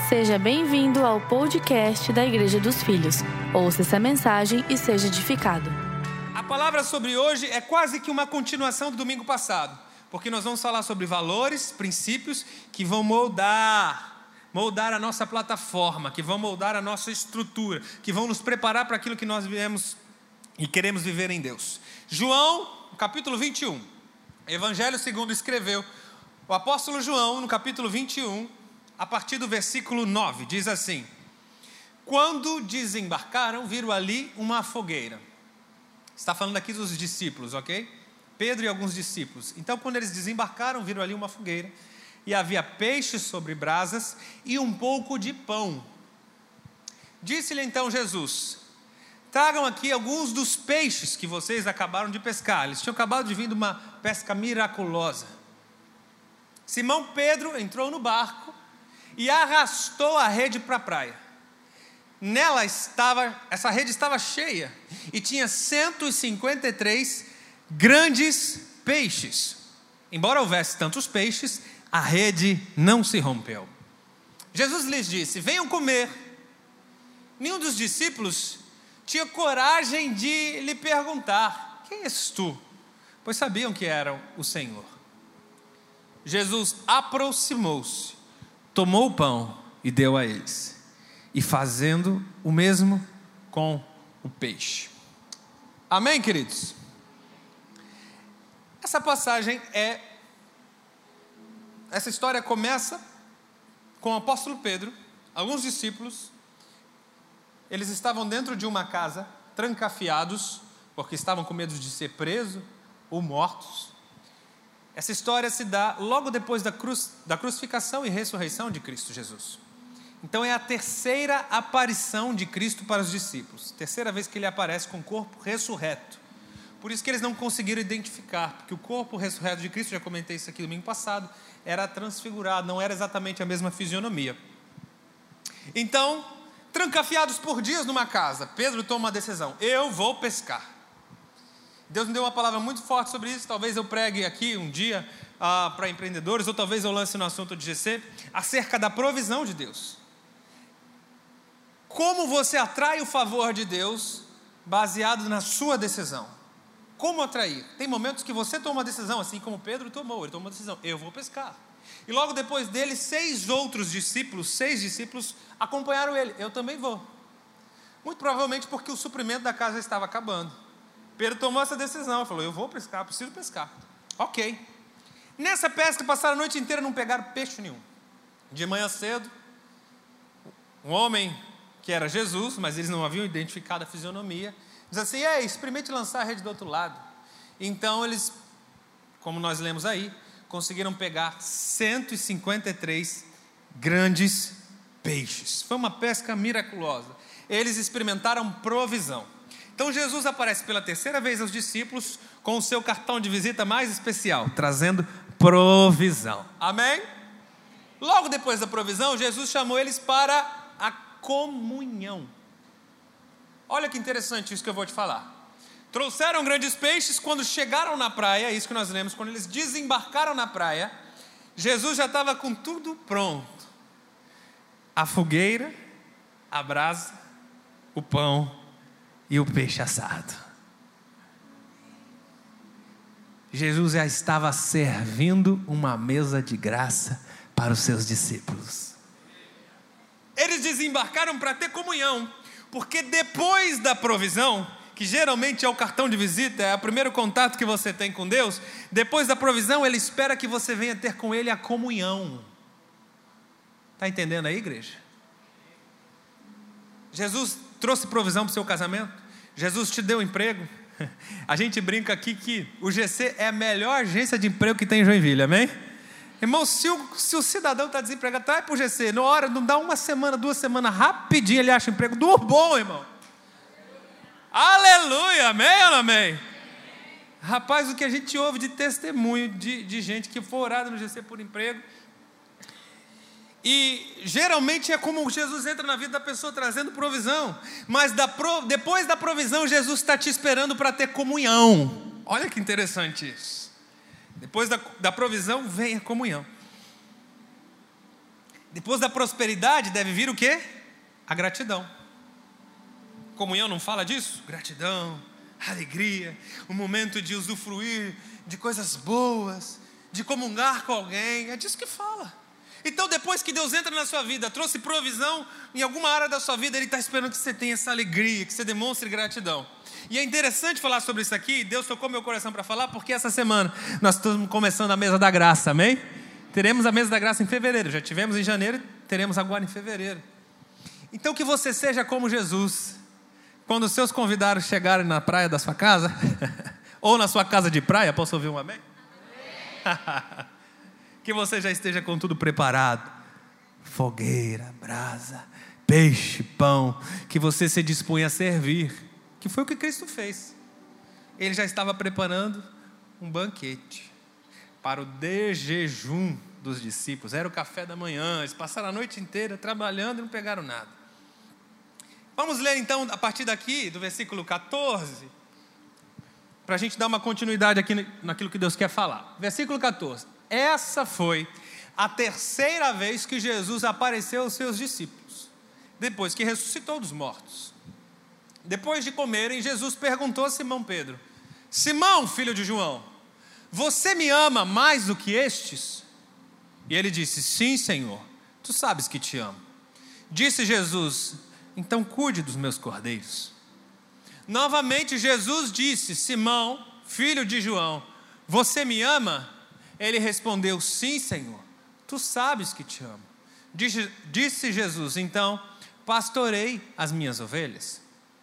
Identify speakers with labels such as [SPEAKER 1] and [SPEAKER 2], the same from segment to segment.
[SPEAKER 1] Seja bem-vindo ao podcast da Igreja dos Filhos. Ouça essa mensagem e seja edificado.
[SPEAKER 2] A palavra sobre hoje é quase que uma continuação do domingo passado, porque nós vamos falar sobre valores, princípios que vão moldar a nossa plataforma, que vão moldar a nossa estrutura, que vão nos preparar para aquilo que nós viemos e queremos viver em Deus. João, capítulo 21, Evangelho segundo escreveu o apóstolo João, no capítulo 21, a partir do versículo 9, diz assim: quando desembarcaram, viram ali uma fogueira. Está falando aqui dos discípulos, ok? Pedro e alguns discípulos. Então, quando eles desembarcaram, viram ali uma fogueira, e havia peixes sobre brasas e um pouco de pão. Disse-lhe então Jesus: tragam aqui alguns dos peixes que vocês acabaram de pescar. Eles tinham acabado de vir de uma pesca miraculosa. Simão Pedro entrou no barco e arrastou a rede para a praia. Essa rede estava cheia e tinha 153 grandes peixes. Embora houvesse tantos peixes, a rede não se rompeu. Jesus lhes disse: venham comer. Nenhum dos discípulos tinha coragem de lhe perguntar: quem és tu? Pois sabiam que era o Senhor. Jesus aproximou-se, tomou o pão e deu a eles, e fazendo o mesmo com o peixe. Amém, queridos? Essa história começa com o apóstolo Pedro, alguns discípulos. Eles estavam dentro de uma casa, trancafiados, porque estavam com medo de ser presos ou mortos. Essa história se dá logo depois da crucificação e ressurreição de Cristo Jesus. Então é a terceira aparição de Cristo para os discípulos. Terceira vez que ele aparece com o corpo ressurreto. Por isso que eles não conseguiram identificar, porque o corpo ressurreto de Cristo, já comentei isso aqui domingo passado, era transfigurado, não era exatamente a mesma fisionomia. Então, trancafiados por dias numa casa, Pedro toma uma decisão: eu vou pescar. Deus me deu uma palavra muito forte sobre isso. Talvez eu pregue aqui um dia para empreendedores, ou talvez eu lance no assunto de GC, acerca da provisão de Deus. Como você atrai o favor de Deus baseado na sua decisão? Como atrair? Tem momentos que você toma uma decisão, assim como Pedro tomou. Ele tomou uma decisão: eu vou pescar. E logo depois dele, 6 discípulos acompanharam ele: eu também vou. Muito provavelmente porque o suprimento da casa estava acabando. Pedro tomou essa decisão, falou: eu vou pescar, preciso pescar. Ok. Nessa pesca passaram a noite inteira, não pegaram peixe nenhum. De manhã cedo, um homem que era Jesus, mas eles não haviam identificado a fisionomia, diz assim: experimente lançar a rede do outro lado. Então eles, como nós lemos aí, conseguiram pegar 153 grandes peixes. Foi uma pesca miraculosa. Eles experimentaram provisão. Então Jesus aparece pela terceira vez aos discípulos com o seu cartão de visita mais especial, trazendo provisão. Amém? Logo depois da provisão, Jesus chamou eles para a comunhão. Olha que interessante isso que eu vou te falar. Trouxeram grandes peixes. Quando chegaram na praia, isso que nós lemos, quando eles desembarcaram na praia, Jesus já estava com tudo pronto: a fogueira, a brasa, o pão e o peixe assado. Jesus já estava servindo uma mesa de graça para os seus discípulos. Eles desembarcaram para ter comunhão, porque depois da provisão, que geralmente é o cartão de visita, é o primeiro contato que você tem com Deus, depois da provisão Ele espera que você venha ter com Ele a comunhão. Está entendendo aí, igreja? Jesus trouxe provisão para o seu casamento. Jesus te deu emprego. A gente brinca aqui que o GC é a melhor agência de emprego que tem em Joinville, amém? Irmão, se o cidadão está desempregado, vai para o GC, na hora, não dá uma semana, 2 semanas, rapidinho ele acha emprego do bom, irmão. Aleluia, amém ou não amém? Rapaz, o que a gente ouve de testemunho de gente que foi orada no GC por emprego. E geralmente é como Jesus entra na vida da pessoa trazendo provisão. Mas depois da provisão, Jesus está te esperando para ter comunhão. Olha que interessante isso. Depois da provisão vem a comunhão. Depois da prosperidade deve vir o quê? A gratidão. Comunhão não fala disso? Gratidão, alegria, um momento de usufruir de coisas boas, de comungar com alguém, é disso que fala. Então depois que Deus entra na sua vida, trouxe provisão em alguma área da sua vida, Ele está esperando que você tenha essa alegria, que você demonstre gratidão. E é interessante falar sobre isso aqui, Deus tocou meu coração para falar, porque essa semana nós estamos começando a Mesa da Graça, amém? Teremos a Mesa da Graça em fevereiro, já tivemos em janeiro, teremos agora em fevereiro. Então que você seja como Jesus, quando os seus convidados chegarem na praia da sua casa, ou na sua casa de praia, posso ouvir um amém? Amém. Que você já esteja com tudo preparado, fogueira, brasa, peixe, pão, que você se disponha a servir, que foi o que Cristo fez. Ele já estava preparando um banquete para o jejum dos discípulos. Era o café da manhã, eles passaram a noite inteira trabalhando e não pegaram nada. Vamos ler então a partir daqui, do versículo 14, para a gente dar uma continuidade aqui naquilo que Deus quer falar. Versículo 14. Essa foi a terceira vez que Jesus apareceu aos seus discípulos, depois que ressuscitou dos mortos. Depois de comerem, Jesus perguntou a Simão Pedro: Simão, filho de João, você me ama mais do que estes? E ele disse: sim, Senhor, tu sabes que te amo. Disse Jesus: então cuide dos meus cordeiros. Novamente Jesus disse: Simão, filho de João, você me ama? Ele respondeu: sim, Senhor, tu sabes que te amo. Disse Jesus: então pastorei as minhas ovelhas.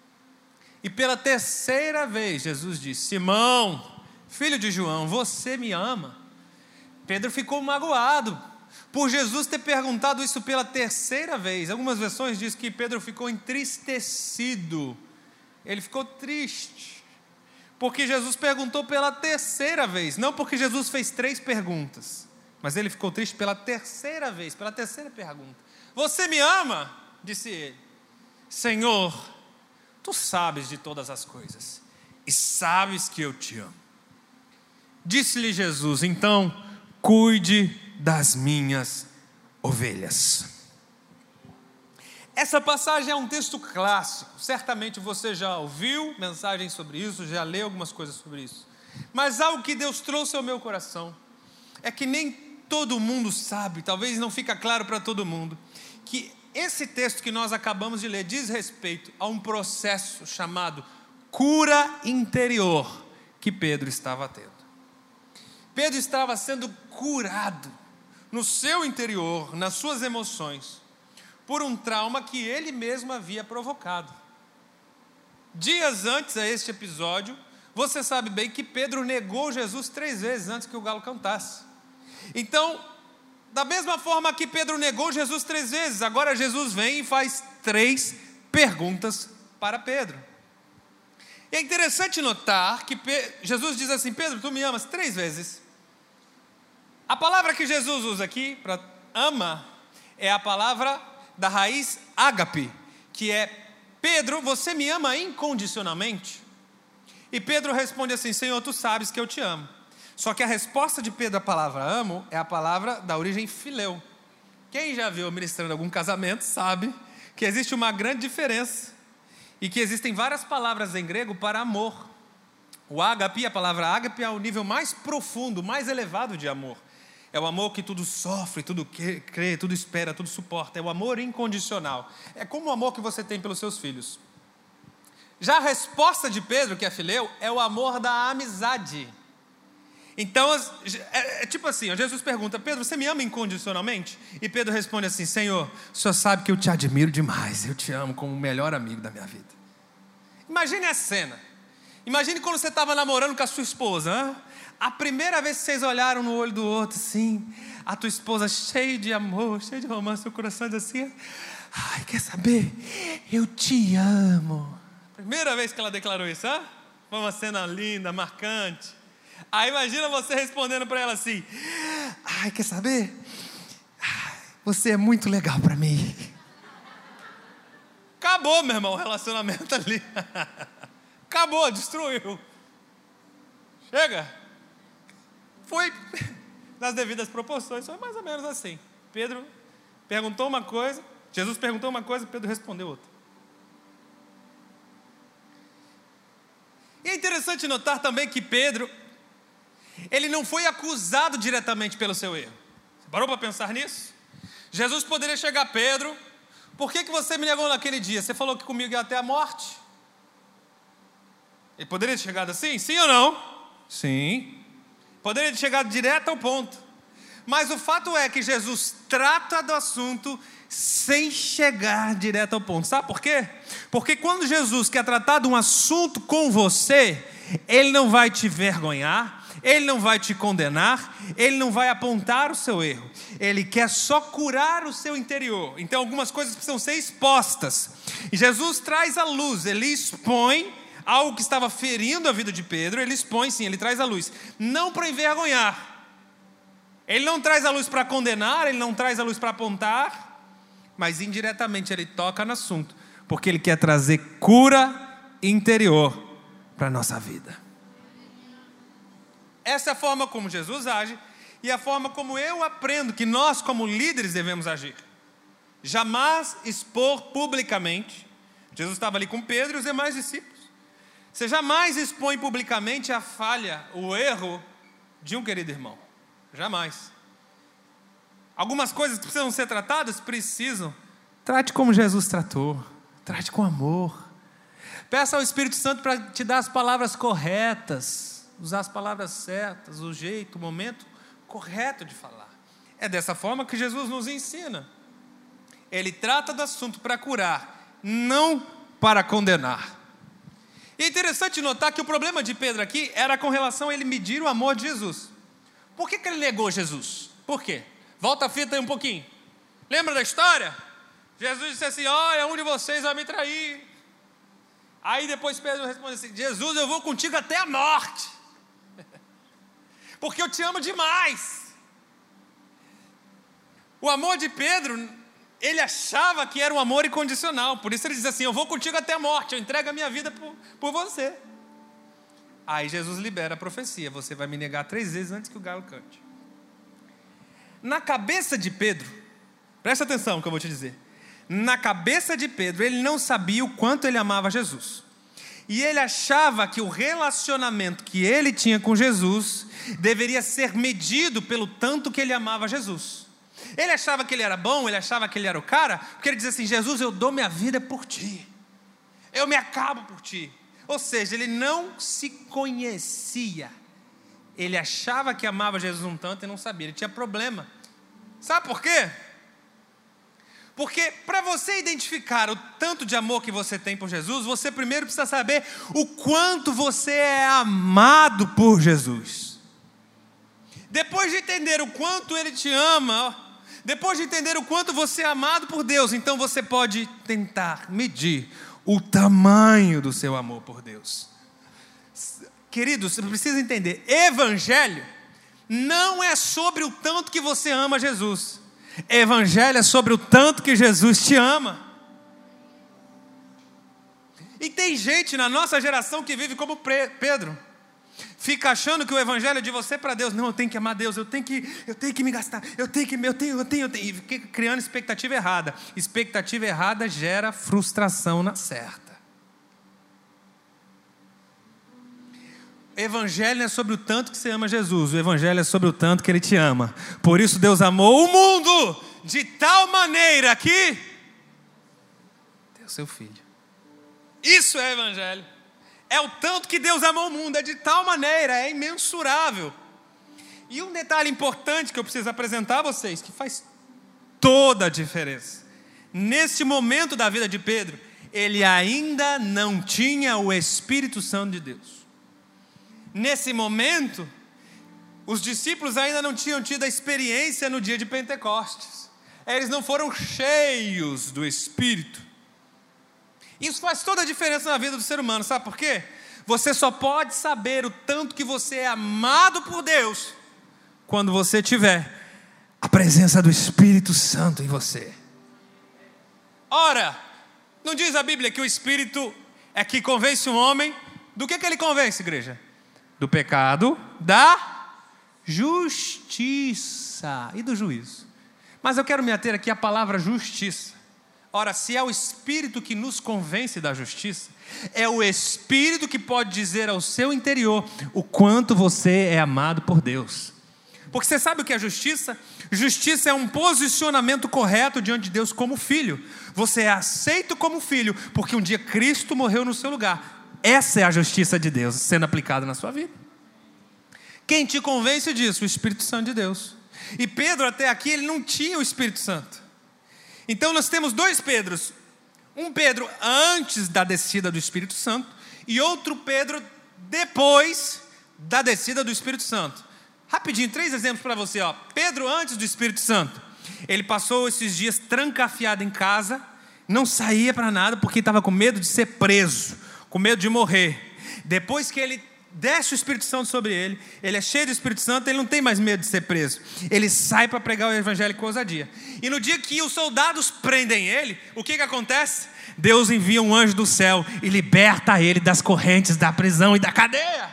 [SPEAKER 2] E pela terceira vez Jesus disse: Simão, filho de João, você me ama? Pedro ficou magoado por Jesus ter perguntado isso pela terceira vez. Algumas versões dizem que Pedro ficou entristecido. Ele ficou triste, porque Jesus perguntou pela terceira vez. Não porque Jesus fez 3 perguntas, mas ele ficou triste pela terceira vez, pela terceira pergunta. Você me ama? Disse ele. Senhor, tu sabes de todas as coisas, e sabes que eu te amo. Disse-lhe Jesus: então cuide das minhas ovelhas. Essa passagem é um texto clássico, certamente você já ouviu mensagens sobre isso, já leu algumas coisas sobre isso, mas algo que Deus trouxe ao meu coração, é que nem todo mundo sabe, talvez não fica claro para todo mundo, que esse texto que nós acabamos de ler diz respeito a um processo chamado cura interior, que Pedro estava tendo. Pedro estava sendo curado no seu interior, nas suas emoções, por um trauma que ele mesmo havia provocado. Dias antes a este episódio, você sabe bem que Pedro negou Jesus 3 vezes antes que o galo cantasse. Então, da mesma forma que Pedro negou Jesus 3 vezes, agora Jesus vem e faz 3 perguntas para Pedro. E é interessante notar que Jesus diz assim: Pedro, tu me amas 3 vezes. A palavra que Jesus usa aqui para ama é a palavra da raiz ágape, que é: Pedro, você me ama incondicionalmente? E Pedro responde assim: Senhor, tu sabes que eu te amo. Só que a resposta de Pedro à palavra amo é a palavra da origem fileu. Quem já viu ministrando algum casamento sabe que existe uma grande diferença e que existem várias palavras em grego para amor. O ágape, a palavra ágape, é o nível mais profundo, mais elevado de amor. É o amor que tudo sofre, tudo crê, tudo espera, tudo suporta. É o amor incondicional. É como o amor que você tem pelos seus filhos. Já a resposta de Pedro, que é fileu, é o amor da amizade. Então, é tipo assim, Jesus pergunta: Pedro, você me ama incondicionalmente? E Pedro responde assim: Senhor, o Senhor sabe que eu te admiro demais, eu te amo como o melhor amigo da minha vida. Imagine a cena. Imagine quando você estava namorando com a sua esposa, hein? A primeira vez que vocês olharam no olho do outro, assim, a tua esposa cheia de amor, cheia de romance, seu coração diz assim: ai, quer saber? Eu te amo. Primeira vez que ela declarou isso, hein? Foi uma cena linda, marcante. Aí imagina você respondendo para ela assim: ai, quer saber? Você é muito legal para mim. Acabou, meu irmão, o relacionamento ali. Acabou, destruiu. Chega. Foi nas devidas proporções, foi mais ou menos assim. Pedro perguntou uma coisa, Jesus perguntou uma coisa, Pedro respondeu outra. E é interessante notar também que Pedro, ele não foi acusado diretamente pelo seu erro. Você parou para pensar nisso? Jesus poderia chegar a Pedro: por que você me negou naquele dia? Você falou que comigo ia até a morte. Ele poderia ter chegado assim? Sim ou não? Sim. Poderia ter chegado direto ao ponto. Mas o fato é que Jesus trata do assunto sem chegar direto ao ponto. Sabe por quê? Porque quando Jesus quer tratar de um assunto com você, Ele não vai te vergonhar, Ele não vai te condenar, Ele não vai apontar o seu erro. Ele quer só curar o seu interior. Então algumas coisas precisam ser expostas. E Jesus traz à luz, Ele expõe algo que estava ferindo a vida de Pedro. Ele expõe sim, Ele traz à luz. Não para envergonhar. Ele não traz a luz para condenar, Ele não traz a luz para apontar, mas indiretamente Ele toca no assunto, porque Ele quer trazer cura interior para a nossa vida. Essa é a forma como Jesus age e a forma como eu aprendo que nós como líderes devemos agir. Jamais expor publicamente. Jesus estava ali com Pedro e os demais discípulos. Você jamais expõe publicamente a falha, o erro de um querido irmão. Jamais. Algumas coisas que precisam ser tratadas? Precisam. Trate como Jesus tratou. Trate com amor. Peça ao Espírito Santo para te dar as palavras corretas, usar as palavras certas, o jeito, o momento correto de falar. É dessa forma que Jesus nos ensina. Ele trata do assunto para curar, não para condenar. E é interessante notar que o problema de Pedro aqui era com relação a ele medir o amor de Jesus. Por que ele negou Jesus? Por quê? Volta a fita aí um pouquinho. Lembra da história? Jesus disse assim: olha, um de vocês vai me trair. Aí depois Pedro responde assim: Jesus, eu vou contigo até a morte, porque eu te amo demais. O amor de Pedro, ele achava que era um amor incondicional. Por isso ele diz assim: eu vou contigo até a morte, eu entrego a minha vida por você. Aí Jesus libera a profecia: você vai me negar 3 vezes antes que o galo cante. Na cabeça de Pedro, presta atenção no que eu vou te dizer. Na cabeça de Pedro, ele não sabia o quanto ele amava Jesus. E ele achava que o relacionamento que ele tinha com Jesus deveria ser medido pelo tanto que ele amava Jesus. Ele achava que ele era bom, ele achava que ele era o cara, porque ele dizia assim: Jesus, eu dou minha vida por ti, eu me acabo por ti. Ou seja, ele não se conhecia. Ele achava que amava Jesus um tanto e não sabia, ele tinha problema. Sabe por quê? Porque para você identificar o tanto de amor que você tem por Jesus, você primeiro precisa saber o quanto você é amado por Jesus. Depois de entender o quanto Ele te ama, depois de entender o quanto você é amado por Deus, então você pode tentar medir o tamanho do seu amor por Deus. Queridos, você precisa entender, evangelho não é sobre o tanto que você ama Jesus. Evangelho é sobre o tanto que Jesus te ama. E tem gente na nossa geração que vive como Pedro, fica achando que o evangelho é de você para Deus. Não, eu tenho que amar Deus, eu tenho que me gastar, eu tenho, e fica criando expectativa errada. Expectativa errada gera frustração na certa. Evangelho não é sobre o tanto que você ama Jesus, o evangelho é sobre o tanto que Ele te ama. Por isso Deus amou o mundo de tal maneira que deu seu Filho. Isso é evangelho. É o tanto que Deus amou o mundo, é de tal maneira, é imensurável. E um detalhe importante que eu preciso apresentar a vocês, que faz toda a diferença. Nesse momento da vida de Pedro, ele ainda não tinha o Espírito Santo de Deus. Nesse momento, os discípulos ainda não tinham tido a experiência no dia de Pentecostes. Eles não foram cheios do Espírito. Isso faz toda a diferença na vida do ser humano, sabe por quê? Você só pode saber o tanto que você é amado por Deus quando você tiver a presença do Espírito Santo em você. Ora, não diz a Bíblia que o Espírito é que convence um homem? Do que ele convence, igreja? Do pecado, da justiça e do juízo. Mas eu quero me ater aqui à palavra justiça. Ora, se é o Espírito que nos convence da justiça, é o Espírito que pode dizer ao seu interior o quanto você é amado por Deus. Porque você sabe o que é justiça? Justiça é um posicionamento correto diante de Deus como filho. Você é aceito como filho, porque um dia Cristo morreu no seu lugar. Essa é a justiça de Deus sendo aplicada na sua vida. Quem te convence disso? O Espírito Santo de Deus. E Pedro até aqui, ele não tinha o Espírito Santo. Então nós temos dois Pedros. Um Pedro antes da descida do Espírito Santo e outro Pedro depois da descida do Espírito Santo. Rapidinho, 3 exemplos para você. Pedro antes do Espírito Santo. Ele passou esses dias trancafiado em casa, não saía para nada porque estava com medo de ser preso, com medo de morrer. Depois que ele desce o Espírito Santo sobre ele, ele é cheio do Espírito Santo, ele não tem mais medo de ser preso. Ele sai para pregar o evangelho com ousadia. E no dia que os soldados prendem ele, o que acontece? Deus envia um anjo do céu e liberta ele das correntes da prisão e da cadeia.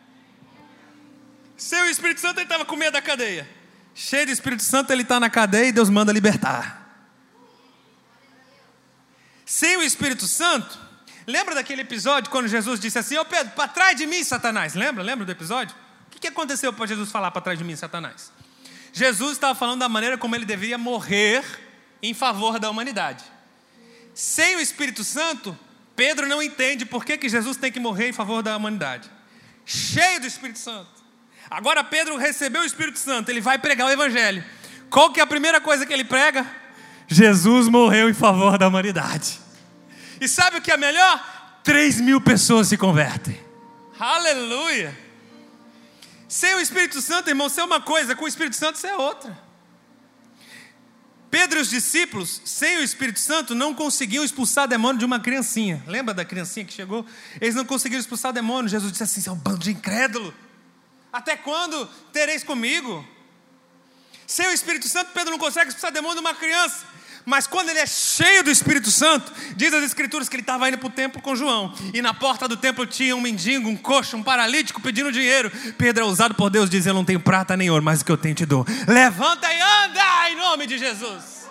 [SPEAKER 2] Sem o Espírito Santo, ele estava com medo da cadeia. Cheio do Espírito Santo, ele está na cadeia e Deus manda libertar. Sem o Espírito Santo, lembra daquele episódio quando Jesus disse assim: Pedro, para trás de mim, Satanás? Lembra do episódio? O que aconteceu para Jesus falar para trás de mim, Satanás? Jesus estava falando da maneira como ele deveria morrer em favor da humanidade. Sem o Espírito Santo, Pedro não entende por que Jesus tem que morrer em favor da humanidade. Cheio do Espírito Santo. Agora Pedro recebeu o Espírito Santo, ele vai pregar o evangelho. Qual que é a primeira coisa que ele prega? Jesus morreu em favor da humanidade. E sabe o que é melhor? 3.000 pessoas se convertem. Aleluia! Sem o Espírito Santo, irmão, você é uma coisa, com o Espírito Santo você é outra. Pedro e os discípulos, sem o Espírito Santo, não conseguiam expulsar demônio de uma criancinha. Lembra da criancinha que chegou? Eles não conseguiram expulsar demônio. Jesus disse assim: você é um bando de incrédulo. Até quando tereis comigo? Sem o Espírito Santo, Pedro não consegue expulsar demônio de uma criança. Mas quando ele é cheio do Espírito Santo, diz as Escrituras que ele estava indo para o templo com João. E na porta do templo tinha um mendigo, um coxo, um paralítico pedindo dinheiro. Pedro é usado por Deus, diz: eu não tenho prata nem ouro, mas o que eu tenho te dou. Levanta e anda em nome de Jesus.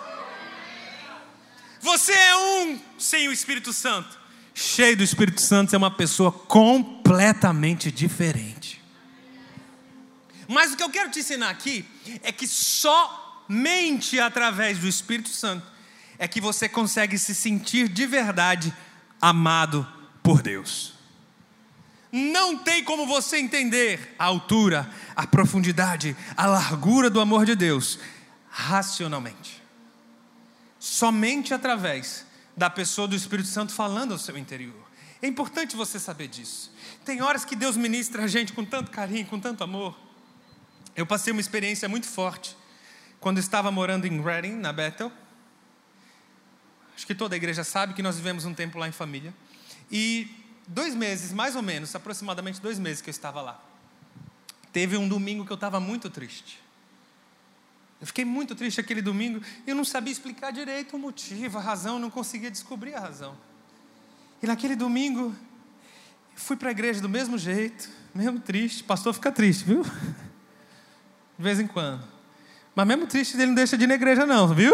[SPEAKER 2] Você é um sem o Espírito Santo. Cheio do Espírito Santo, você é uma pessoa completamente diferente. Mas o que eu quero te ensinar aqui é que somente através do Espírito Santo é que você consegue se sentir de verdade amado por Deus. Não tem como você entender a altura, a profundidade, a largura do amor de Deus racionalmente. Somente através da pessoa do Espírito Santo falando ao seu interior. É importante você saber disso. Tem horas que Deus ministra a gente com tanto carinho, com tanto amor. Eu passei uma experiência muito forte quando estava morando em Reading, na Bethel. Acho que toda a igreja sabe que nós vivemos um tempo lá em família. E 2 meses, mais ou menos, aproximadamente 2 meses que eu estava lá. Teve um domingo que eu estava muito triste. Eu fiquei muito triste aquele domingo e eu não sabia explicar direito o motivo, a razão, não conseguia descobrir a razão. E naquele domingo, fui para a igreja do mesmo jeito, mesmo triste. Pastor fica triste, viu? De vez em quando. Mas mesmo triste, ele não deixa de ir na igreja não, viu?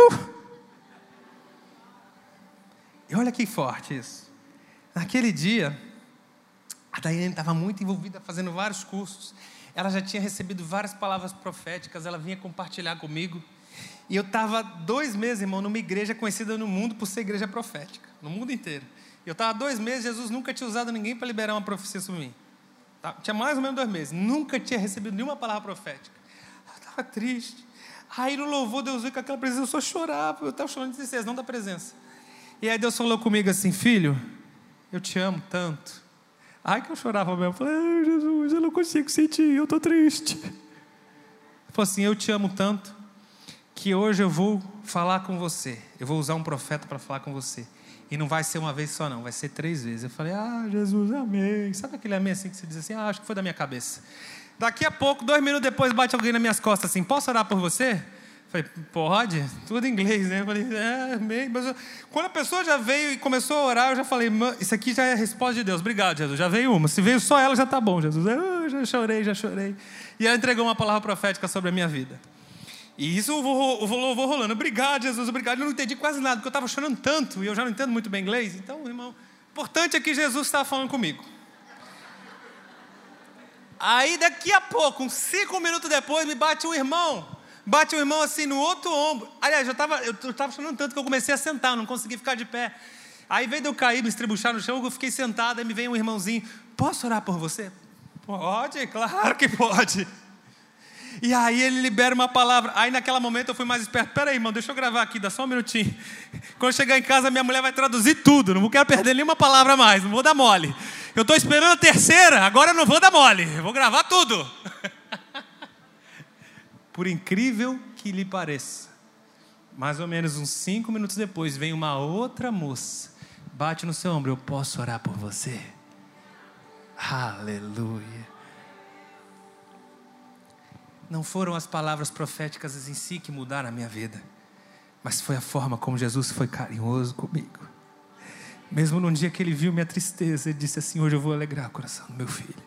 [SPEAKER 2] E olha que forte isso. Naquele dia, a Daiane estava muito envolvida fazendo vários cursos. Ela já tinha recebido várias palavras proféticas, ela vinha compartilhar comigo. E eu estava 2 meses, irmão, numa igreja conhecida no mundo por ser igreja profética, no mundo inteiro. E eu estava 2 meses, Jesus nunca tinha usado ninguém para liberar uma profecia sobre mim. Tinha mais ou menos 2 meses, nunca tinha recebido nenhuma palavra profética. Eu estava triste. Aí no louvor, Deus veio com aquela presença, eu só chorava, eu estava chorando de tristeza, não da presença. E aí Deus falou comigo assim: filho, eu te amo tanto. Ai que eu chorava mesmo, eu falei: ai Jesus, eu não consigo sentir, eu estou triste. Ele falou assim: eu te amo tanto, que hoje eu vou falar com você, eu vou usar um profeta para falar com você. E não vai ser uma vez só não, vai ser 3 vezes. Eu falei: ah Jesus, amém. Sabe aquele amém assim que você diz assim: ah, acho que foi da minha cabeça. Daqui a pouco, 2 minutos depois, bate alguém nas minhas costas assim: posso orar por você? Eu falei: pode, tudo em inglês, né? Eu falei: amém. Mas quando a pessoa já veio e começou a orar, eu já falei: isso aqui já é a resposta de Deus. Obrigado, Jesus, já veio uma. Se veio só ela, já está bom, Jesus. Eu já chorei. E ela entregou uma palavra profética sobre a minha vida. E isso o louvor rolando. Obrigado, Jesus, obrigado. Eu não entendi quase nada, porque eu estava chorando tanto, e eu já não entendo muito bem inglês. Então, irmão, o importante é que Jesus estava falando comigo. Aí, daqui a pouco, uns 5 minutos depois, me bate um irmão assim no outro ombro. Aliás, eu estava chorando tanto que eu comecei a sentar, não consegui ficar de pé. Aí, veio de eu cair, me estribuchar no chão, eu fiquei sentado, aí me vem um irmãozinho: posso orar por você? Pode, claro que pode. E aí ele libera uma palavra. Aí naquele momento eu fui mais esperto. Peraí, irmão, deixa eu gravar aqui, dá só um minutinho. Quando eu chegar em casa, minha mulher vai traduzir tudo. Não quero perder nenhuma palavra mais, não vou dar mole. Eu estou esperando a terceira, agora eu não vou dar mole. Eu vou gravar tudo. Por incrível que lhe pareça, mais ou menos uns 5 minutos depois, vem uma outra moça, bate no seu ombro: eu posso orar por você? Aleluia. Não foram as palavras proféticas em si que mudaram a minha vida, mas foi a forma como Jesus foi carinhoso comigo. Mesmo num dia que ele viu minha tristeza, ele disse assim: hoje eu vou alegrar o coração do meu filho.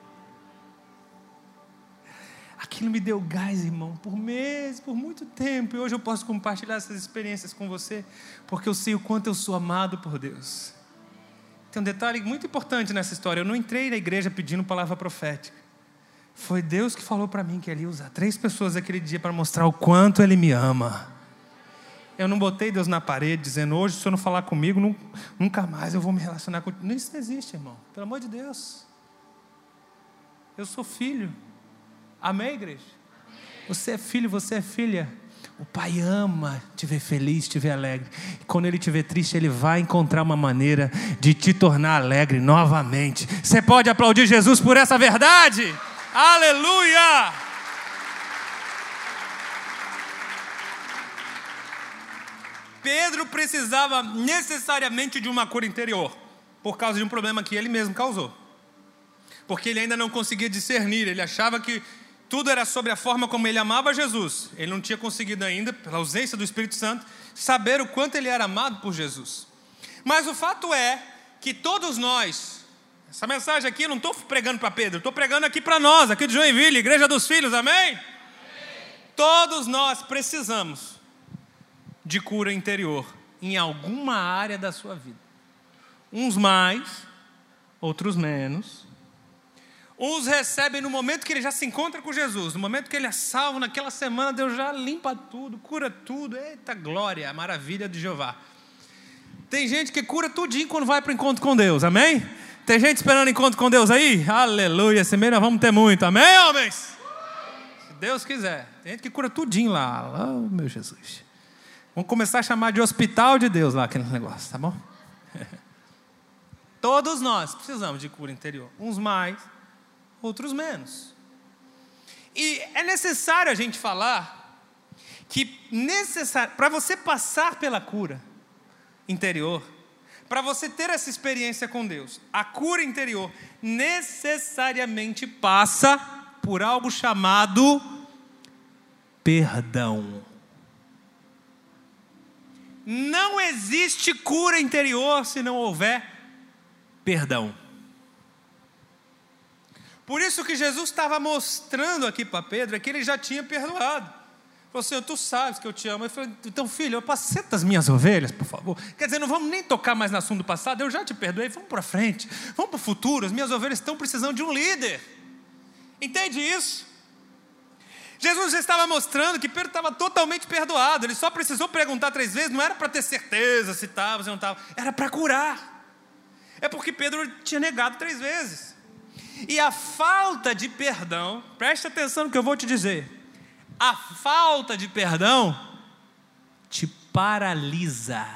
[SPEAKER 2] Aquilo me deu gás, irmão, por meses, por muito tempo. E hoje eu posso compartilhar essas experiências com você, porque eu sei o quanto eu sou amado por Deus. Tem um detalhe muito importante nessa história: eu não entrei na igreja pedindo palavra profética. Foi Deus que falou para mim que ele ia usar 3 pessoas aquele dia para mostrar o quanto ele me ama. Eu não botei Deus na parede dizendo: hoje, se o senhor não falar comigo, nunca mais eu vou me relacionar com... Isso não existe, irmão. Pelo amor de Deus. Eu sou filho. Amém, igreja? Você é filho, você é filha. O Pai ama te ver feliz, te ver alegre. E quando Ele te ver triste, Ele vai encontrar uma maneira de te tornar alegre novamente. Você pode aplaudir Jesus por essa verdade? Aleluia! Pedro precisava necessariamente de uma cura interior, por causa de um problema que ele mesmo causou. Porque ele ainda não conseguia discernir, ele achava que tudo era sobre a forma como ele amava Jesus. Ele não tinha conseguido ainda, pela ausência do Espírito Santo, saber o quanto ele era amado por Jesus. Mas o fato é que todos nós... Essa mensagem aqui eu não estou pregando para Pedro, estou pregando aqui para nós, aqui de Joinville, Igreja dos Filhos, amém? Amém? Todos nós precisamos de cura interior em alguma área da sua vida. Uns mais, outros menos. Uns recebem no momento que ele já se encontra com Jesus, no momento que ele é salvo, naquela semana Deus já limpa tudo, cura tudo. Eita glória, a maravilha de Jeová. Tem gente que cura tudinho quando vai para o encontro com Deus, amém? Tem gente esperando encontro com Deus aí? Aleluia, esse mês nós vamos ter muito, amém, homens? Se Deus quiser. Tem gente que cura tudinho lá, oh meu Jesus. Vamos começar a chamar de hospital de Deus lá, aquele negócio, tá bom? Todos nós precisamos de cura interior, uns mais, outros menos. E é necessário a gente falar que para você passar pela cura interior, para você ter essa experiência com Deus, a cura interior necessariamente passa por algo chamado perdão. Não existe cura interior se não houver perdão. Por isso que Jesus estava mostrando aqui para Pedro que ele já tinha perdoado. Falou: Senhor, tu sabes que eu te amo. Ele falou: então filho, apacenta as minhas ovelhas, por favor. Quer dizer, não vamos nem tocar mais no assunto do passado, eu já te perdoei, vamos para frente, vamos para o futuro. As minhas ovelhas estão precisando de um líder. Entende isso? Jesus já estava mostrando que Pedro estava totalmente perdoado. Ele só precisou perguntar 3 vezes, não era para ter certeza se estava, se não estava, era para curar. É porque Pedro tinha negado 3 vezes. E a falta de perdão, preste atenção no que eu vou te dizer, a falta de perdão te paralisa.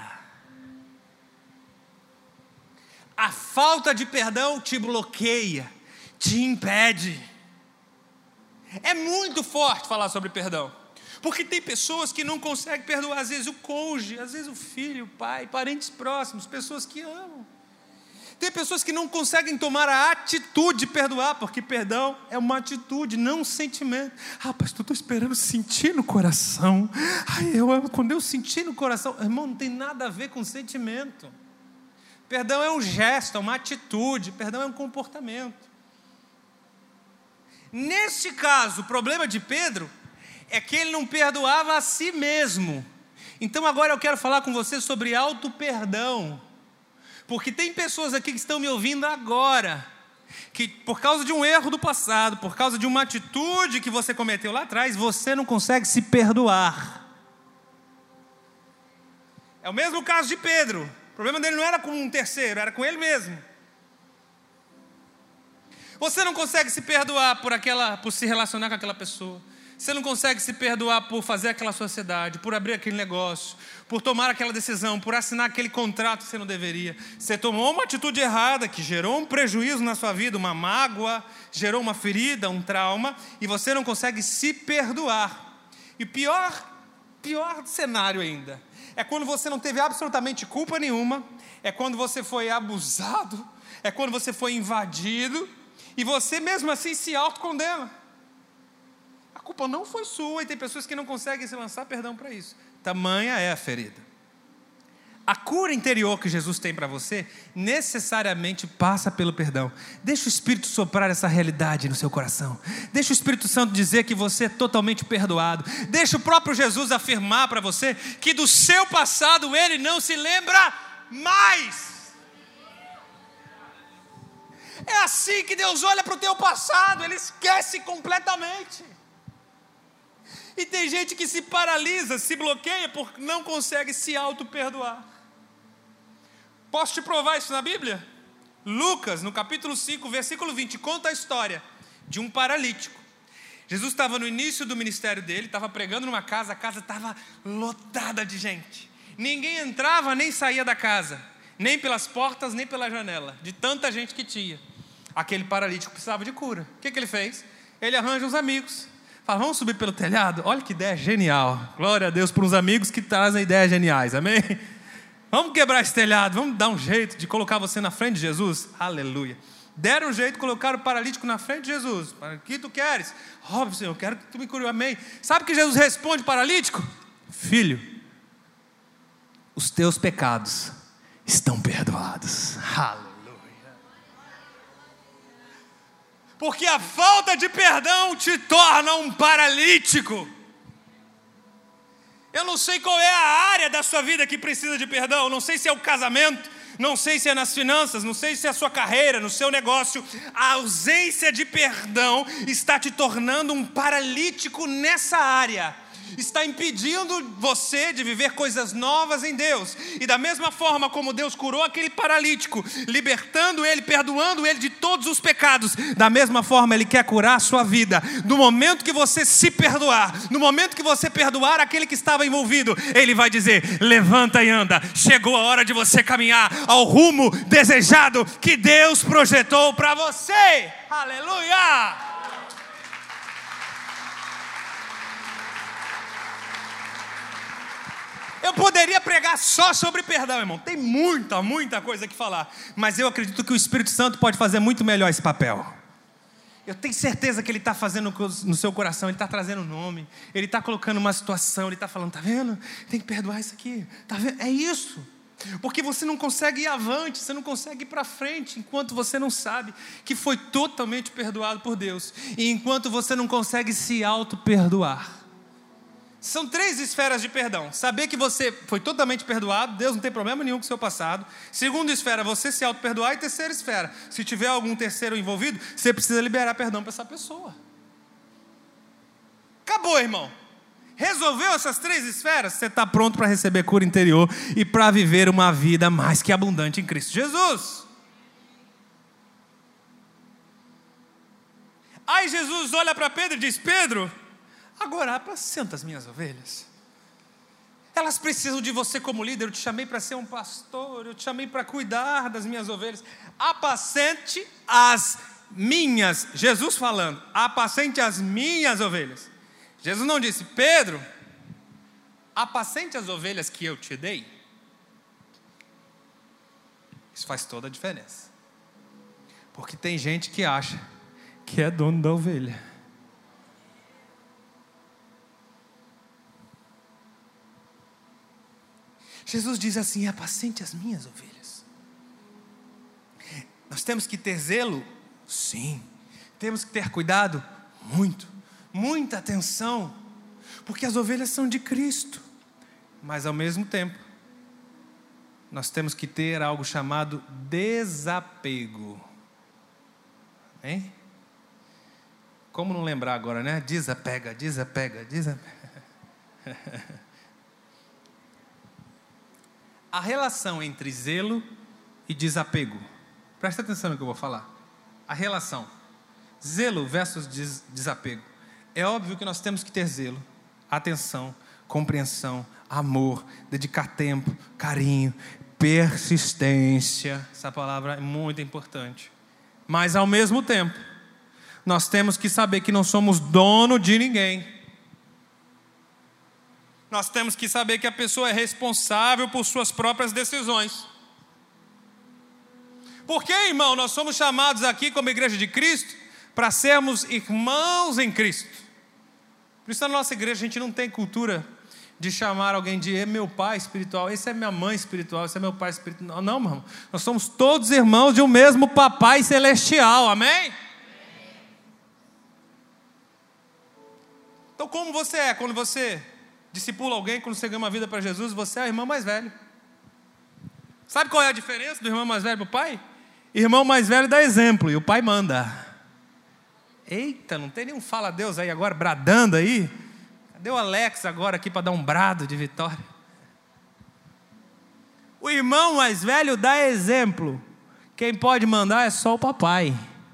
[SPEAKER 2] A falta de perdão te bloqueia, te impede. É muito forte falar sobre perdão, porque tem pessoas que não conseguem perdoar, às vezes o cônjuge, às vezes o filho, o pai, parentes próximos, pessoas que amam. Tem pessoas que não conseguem tomar a atitude de perdoar, porque perdão é uma atitude, não um sentimento. Ah, pastor, estou esperando sentir no coração. Eu amo quando eu sentir no coração. Irmão, não tem nada a ver com sentimento. Perdão é um gesto, é uma atitude. Perdão é um comportamento. Neste caso, o problema de Pedro é que ele não perdoava a si mesmo. Então agora eu quero falar com você sobre auto-perdão. Porque tem pessoas aqui que estão me ouvindo agora, que por causa de um erro do passado, por causa de uma atitude que você cometeu lá atrás, você não consegue se perdoar. É o mesmo caso de Pedro. O problema dele não era com um terceiro, era com ele mesmo. Você não consegue se perdoar por se relacionar com aquela pessoa. Você não consegue se perdoar por fazer aquela sociedade, por abrir aquele negócio, por tomar aquela decisão, por assinar aquele contrato que você não deveria. Você tomou uma atitude errada que gerou um prejuízo na sua vida, uma mágoa, gerou uma ferida, um trauma, e você não consegue se perdoar. E pior cenário ainda, é quando você não teve absolutamente culpa nenhuma, é quando você foi abusado, é quando você foi invadido, e você mesmo assim se autocondena. A culpa não foi sua, e tem pessoas que não conseguem se lançar perdão para isso. Tamanha é a ferida. A cura interior que Jesus tem para você necessariamente passa pelo perdão. Deixa o Espírito soprar essa realidade no seu coração. Deixa o Espírito Santo dizer que você é totalmente perdoado. Deixa o próprio Jesus afirmar para você que do seu passado ele não se lembra mais. É assim que Deus olha para o teu passado, ele esquece completamente. E tem gente que se paralisa, se bloqueia, porque não consegue se auto-perdoar. Posso te provar isso na Bíblia? Lucas, no capítulo 5, versículo 20, conta a história de um paralítico. Jesus estava no início do ministério dele, estava pregando numa casa, a casa estava lotada de gente. Ninguém entrava nem saía da casa, nem pelas portas, nem pela janela, de tanta gente que tinha. Aquele paralítico precisava de cura. O que ele fez? Ele arranja uns amigos. Fala, vamos subir pelo telhado? Olha que ideia genial. Glória a Deus por uns amigos que trazem ideias geniais, amém? Vamos quebrar esse telhado, vamos dar um jeito de colocar você na frente de Jesus. Aleluia. Deram um jeito, colocaram o paralítico na frente de Jesus. O que tu queres? Óbvio, Senhor, eu quero que tu me cure, amém. Sabe o que Jesus responde paralítico? Filho, os teus pecados estão perdoados. Aleluia. Porque a falta de perdão te torna um paralítico. Eu não sei qual é a área da sua vida que precisa de perdão. Não sei se é o casamento, não sei se é nas finanças, não sei se é a sua carreira, no seu negócio. A ausência de perdão está te tornando um paralítico nessa área. Está impedindo você de viver coisas novas em Deus. E da mesma forma como Deus curou aquele paralítico, libertando ele, perdoando ele de todos os pecados, da mesma forma Ele quer curar a sua vida. No momento que você se perdoar, no momento que você perdoar aquele que estava envolvido, Ele vai dizer, levanta e anda. Chegou a hora de você caminhar ao rumo desejado que Deus projetou para você. Aleluia! Eu poderia pregar só sobre perdão, irmão. Tem muita coisa que falar. Mas eu acredito que o Espírito Santo pode fazer muito melhor esse papel. Eu tenho certeza que Ele está fazendo no seu coração. Ele está trazendo nome. Ele está colocando uma situação. Ele está falando, tá vendo? Tem que perdoar isso aqui. Tá vendo? É isso. Porque você não consegue ir avante. Você não consegue ir para frente. Enquanto você não sabe que foi totalmente perdoado por Deus. E enquanto você não consegue se auto-perdoar. São 3 esferas de perdão. Saber que você foi totalmente perdoado, Deus não tem problema nenhum com o seu passado. Segunda esfera, você se auto-perdoar. E terceira esfera, se tiver algum terceiro envolvido, você precisa liberar perdão para essa pessoa. Acabou, irmão. Resolveu essas 3 esferas, você está pronto para receber cura interior e para viver uma vida mais que abundante em Cristo Jesus. Aí Jesus olha para Pedro e diz, Pedro, agora apacenta as minhas ovelhas. Elas precisam de você como líder. Eu te chamei para ser um pastor. Eu te chamei para cuidar das minhas ovelhas. Apacente as minhas. Jesus falando, apacente as minhas ovelhas. Jesus não disse, Pedro, apacente as ovelhas que eu te dei. Isso faz toda a diferença. Porque tem gente que acha que é dono da ovelha. Jesus diz assim, apacente as minhas ovelhas. Nós temos que ter zelo? Sim. Temos que ter cuidado? Muito. Muita atenção. porque as ovelhas são de Cristo. Mas ao mesmo tempo, nós temos que ter algo chamado desapego. Hein? Como não lembrar agora, né? Desapega. A relação entre zelo e desapego. Presta atenção no que eu vou falar. A relação. Zelo versus desapego. É óbvio que nós temos que ter zelo, atenção, compreensão, amor, dedicar tempo, carinho, persistência. Essa palavra é muito importante. Mas ao mesmo tempo, nós temos que saber que não somos dono de ninguém. Nós temos que saber que a pessoa é responsável por suas próprias decisões. Porque, irmão, nós somos chamados aqui como igreja de Cristo para sermos irmãos em Cristo. Por isso na nossa igreja a gente não tem cultura de chamar alguém de meu pai espiritual, esse é minha mãe espiritual, esse é meu pai espiritual. Não, irmão, nós somos todos irmãos de um mesmo papai celestial, amém? Então como você é quando você discipula alguém, quando você ganha uma vida para Jesus, você é o irmão mais velho. Sabe qual é a diferença do irmão mais velho para o pai? Irmão mais velho dá exemplo e o pai manda. Eita, não tem nenhum fala Deus aí agora, bradando aí? Cadê o Alex agora aqui para dar um brado de vitória? O irmão mais velho dá exemplo. Quem pode mandar é só o papai.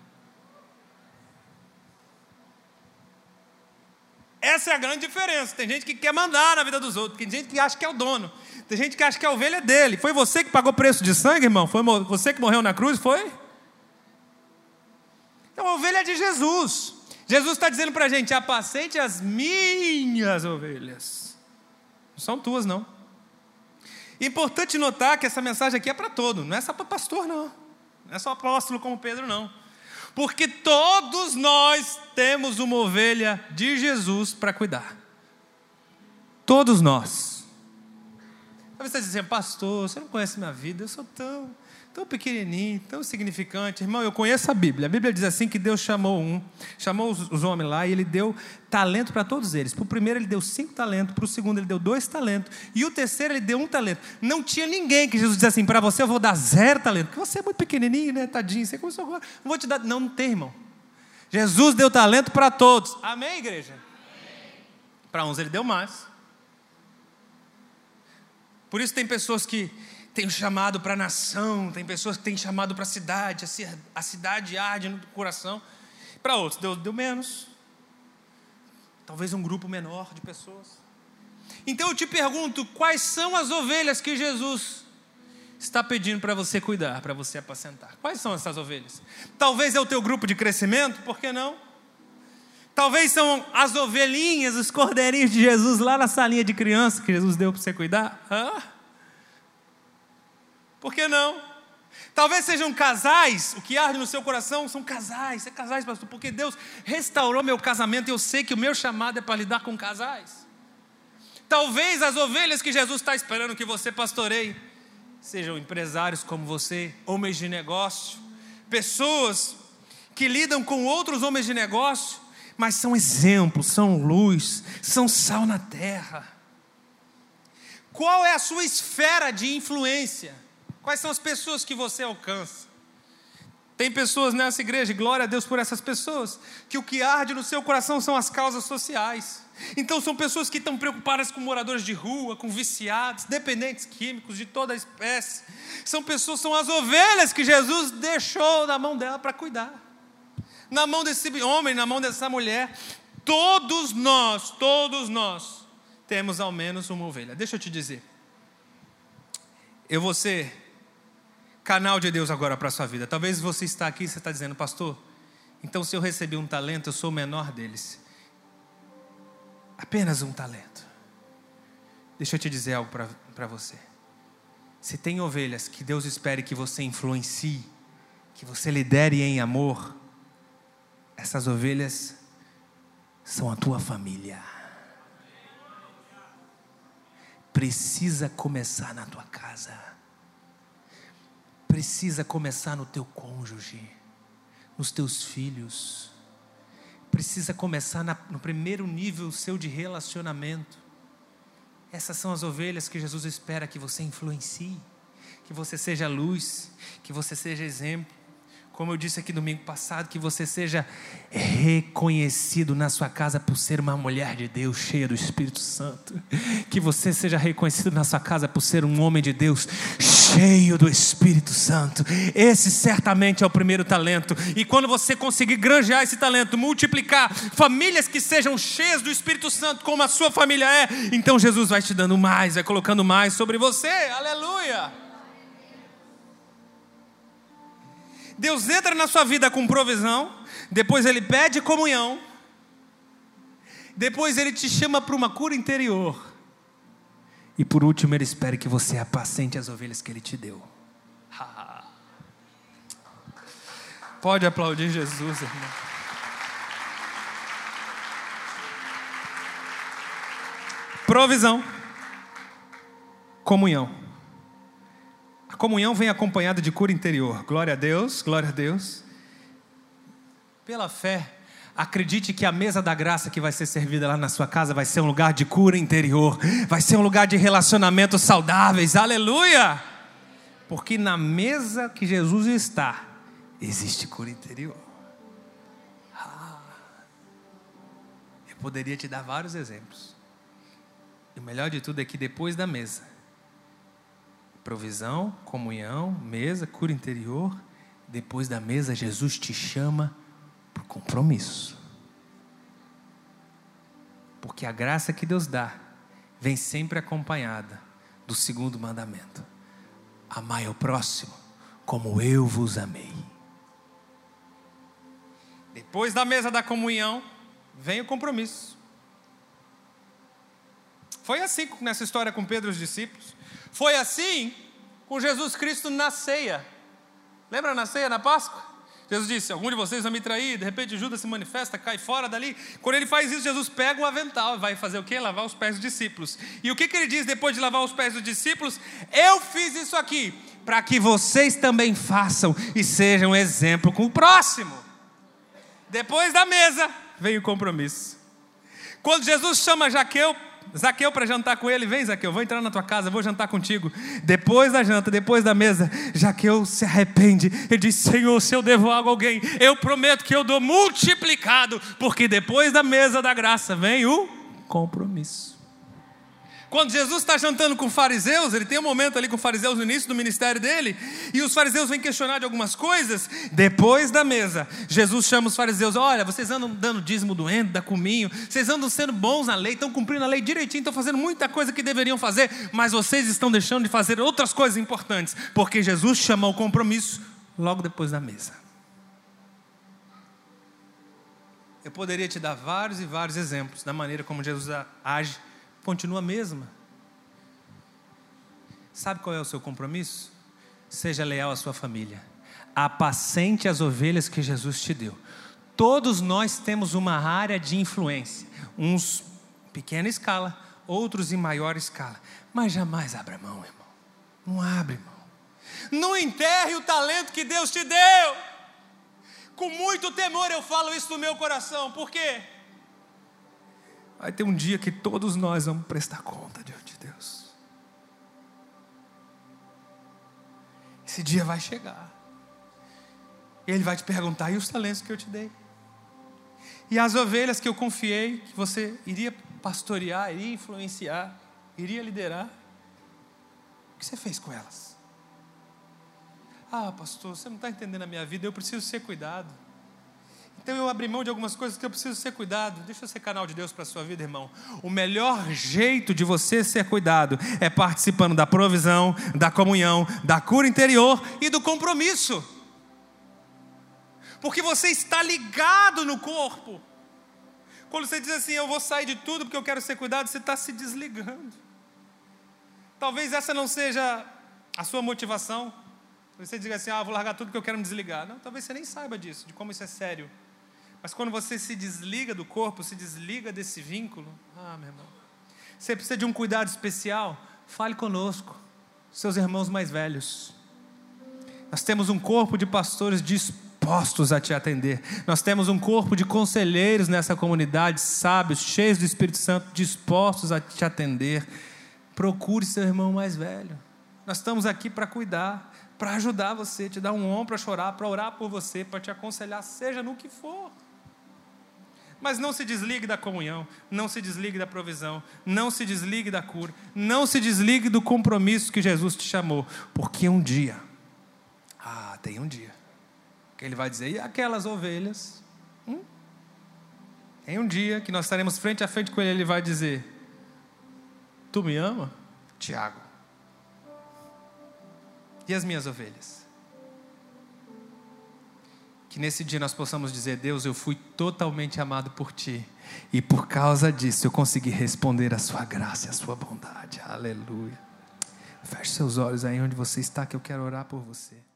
[SPEAKER 2] Essa é a grande diferença. Tem gente que quer mandar na vida dos outros. Tem gente que acha que é o dono. Tem gente que acha que a ovelha é dele. Foi você que pagou preço de sangue, irmão? Foi você que morreu na cruz? Foi? Então a ovelha é de Jesus. Jesus está dizendo para a gente: apacente as minhas ovelhas. Não são tuas, não. Importante notar que essa mensagem aqui é para todo. Não é só para pastor, não. Não é só apóstolo como Pedro, não. Porque todos nós temos uma ovelha de Jesus para cuidar. Todos nós. Talvez você diga assim: pastor, você não conhece minha vida, eu sou tão pequenininho, tão insignificante. Irmão, eu conheço a Bíblia. A Bíblia diz assim que Deus chamou os homens lá e Ele deu talento para todos eles. Para o primeiro Ele deu 5 talentos, para o segundo Ele deu 2 talentos, e o terceiro Ele deu 1 talento. Não tinha ninguém que Jesus dizia assim: para você eu vou dar 0 talento, porque você é muito pequenininho, né, tadinho, você começou agora, não vou te dar. Não tem, irmão. Jesus deu talento para todos. Amém, igreja? Para uns Ele deu mais. Por isso tem pessoas que têm chamado para a nação, tem pessoas que têm chamado para a cidade, a cidade arde no coração. Para outros, Deus deu menos. Talvez um grupo menor de pessoas. Então eu te pergunto, quais são as ovelhas que Jesus está pedindo para você cuidar, para você apacentar? Quais são essas ovelhas? Talvez é o teu grupo de crescimento, por que não? Talvez são as ovelhinhas, os cordeirinhos de Jesus lá na salinha de criança que Jesus deu para você cuidar. Por que não? Talvez sejam casais. O que arde no seu coração são casais. É casais, pastor, porque Deus restaurou meu casamento e eu sei que o meu chamado é para lidar com casais. Talvez as ovelhas que Jesus está esperando que você pastoreie sejam empresários como você, homens de negócio, pessoas que lidam com outros homens de negócio, mas são exemplos, são luz, são sal na terra. Qual é a sua esfera de influência? Quais são as pessoas que você alcança? Tem pessoas nessa igreja, glória a Deus por essas pessoas, que o que arde no seu coração são as causas sociais. Então são pessoas que estão preocupadas com moradores de rua, com viciados, dependentes químicos de toda a espécie. São as ovelhas que Jesus deixou na mão dela para cuidar. Na mão desse homem, na mão dessa mulher. Todos nós temos ao menos uma ovelha. Deixa eu te dizer, eu vou ser canal de Deus agora para a sua vida. Talvez você está aqui e você está dizendo: pastor, então se eu recebi um talento, eu sou o menor deles. Apenas um talento. Deixa eu te dizer algo para você. Se tem ovelhas que Deus espere que você influencie, que você lidere em amor, essas ovelhas são a tua família. Precisa começar na tua casa. Precisa começar no teu cônjuge, nos teus filhos. precisa começar no primeiro nível seu de relacionamento. Essas são as ovelhas que Jesus espera que você influencie, que você seja luz, que você seja exemplo. Como eu disse aqui domingo passado, que você seja reconhecido na sua casa por ser uma mulher de Deus cheia do Espírito Santo. Que você seja reconhecido na sua casa por ser um homem de Deus cheio do Espírito Santo. Esse certamente é o primeiro talento. E quando você conseguir granjear esse talento, multiplicar famílias que sejam cheias do Espírito Santo, como a sua família é, então Jesus vai te dando mais, vai colocando mais sobre você. Aleluia! Deus entra na sua vida com provisão, depois Ele pede comunhão, depois Ele te chama para uma cura interior, e por último Ele espera que você apacente as ovelhas que Ele te deu. Pode aplaudir Jesus, irmão. Provisão, comunhão. A comunhão vem acompanhada de cura interior. Glória a Deus, glória a Deus. Pela fé, acredite que a mesa da graça que vai ser servida lá na sua casa vai ser um lugar de cura interior. Vai ser um lugar de relacionamentos saudáveis. Aleluia! Porque na mesa que Jesus está, existe cura interior. Eu poderia te dar vários exemplos. E o melhor de tudo é que depois da mesa, provisão, comunhão, mesa, cura interior. Depois da mesa, Jesus te chama para o compromisso. Porque a graça que Deus dá vem sempre acompanhada do segundo mandamento: amai ao próximo como eu vos amei. Depois da mesa da comunhão, vem o compromisso. Foi assim nessa história com Pedro e os discípulos. Foi assim com Jesus Cristo na ceia. Lembra na ceia, na Páscoa? Jesus disse: algum de vocês vai me trair. De repente Judas se manifesta, cai fora dali. Quando ele faz isso, Jesus pega o avental e vai fazer o quê? Lavar os pés dos discípulos. E o que ele diz depois de lavar os pés dos discípulos? Eu fiz isso aqui para que vocês também façam e sejam um exemplo com o próximo. Depois da mesa vem o compromisso. Quando Jesus chama Zaqueu para jantar com ele: vem, Zaqueu, vou entrar na tua casa, vou jantar contigo. Depois da janta, depois da mesa, Zaqueu se arrepende. Ele diz: Senhor, se eu devo algo a alguém, eu prometo que eu dou multiplicado. Porque depois da mesa da graça vem o compromisso. Quando Jesus está jantando com fariseus, ele tem um momento ali com fariseus no início do ministério dele, e os fariseus vêm questionar de algumas coisas. Depois da mesa, Jesus chama os fariseus: olha, vocês andam dando dízimo do endo, da cominho, vocês andam sendo bons na lei, estão cumprindo a lei direitinho, estão fazendo muita coisa que deveriam fazer, mas vocês estão deixando de fazer outras coisas importantes, porque Jesus chamou o compromisso logo depois da mesa. Eu poderia te dar vários e vários exemplos da maneira como Jesus age. Continua a mesma. Sabe qual é o seu compromisso? Seja leal à sua família. Apacente as ovelhas que Jesus te deu. Todos nós temos uma área de influência. Uns em pequena escala, outros em maior escala. Mas jamais abra mão, irmão. Não abre mão. Não enterre o talento que Deus te deu. Com muito temor eu falo isso no meu coração. Por quê? Vai ter um dia que todos nós vamos prestar conta diante de Deus. Esse dia vai chegar. Ele vai te perguntar: e os talentos que eu te dei? E as ovelhas que eu confiei que você iria pastorear, iria influenciar, iria liderar? O que você fez com elas? Ah, pastor, você não está entendendo a minha vida, eu preciso ser cuidado. Então eu abri mão de algumas coisas que eu preciso ser cuidado. Deixa eu ser canal de Deus para a sua vida, irmão. O melhor jeito de você ser cuidado é participando da provisão, da comunhão, da cura interior e do compromisso. Porque você está ligado no corpo. Quando você diz assim: eu vou sair de tudo porque eu quero ser cuidado, você está se desligando. Talvez essa não seja a sua motivação. Você diga assim: vou largar tudo porque eu quero me desligar. Não, talvez você nem saiba disso, de como isso é sério. Mas quando você se desliga do corpo, se desliga desse vínculo, meu irmão, você precisa de um cuidado especial. Fale conosco, seus irmãos mais velhos. Nós temos um corpo de pastores dispostos a te atender. Nós temos um corpo de conselheiros nessa comunidade, sábios, cheios do Espírito Santo, dispostos a te atender. Procure seu irmão mais velho. Nós estamos aqui para cuidar, para ajudar você, te dar um ombro para chorar, para orar por você, para te aconselhar, seja no que for. Mas não se desligue da comunhão, não se desligue da provisão, não se desligue da cura, não se desligue do compromisso que Jesus te chamou, porque um dia, tem um dia, que Ele vai dizer, e aquelas ovelhas? Tem um dia que nós estaremos frente a frente com Ele, Ele vai dizer, tu me ama, Tiago? E as minhas ovelhas? Que nesse dia nós possamos dizer, Deus, eu fui totalmente amado por Ti, e por causa disso eu consegui responder a Sua graça e a Sua bondade. Aleluia. Feche seus olhos aí onde você está, que eu quero orar por você.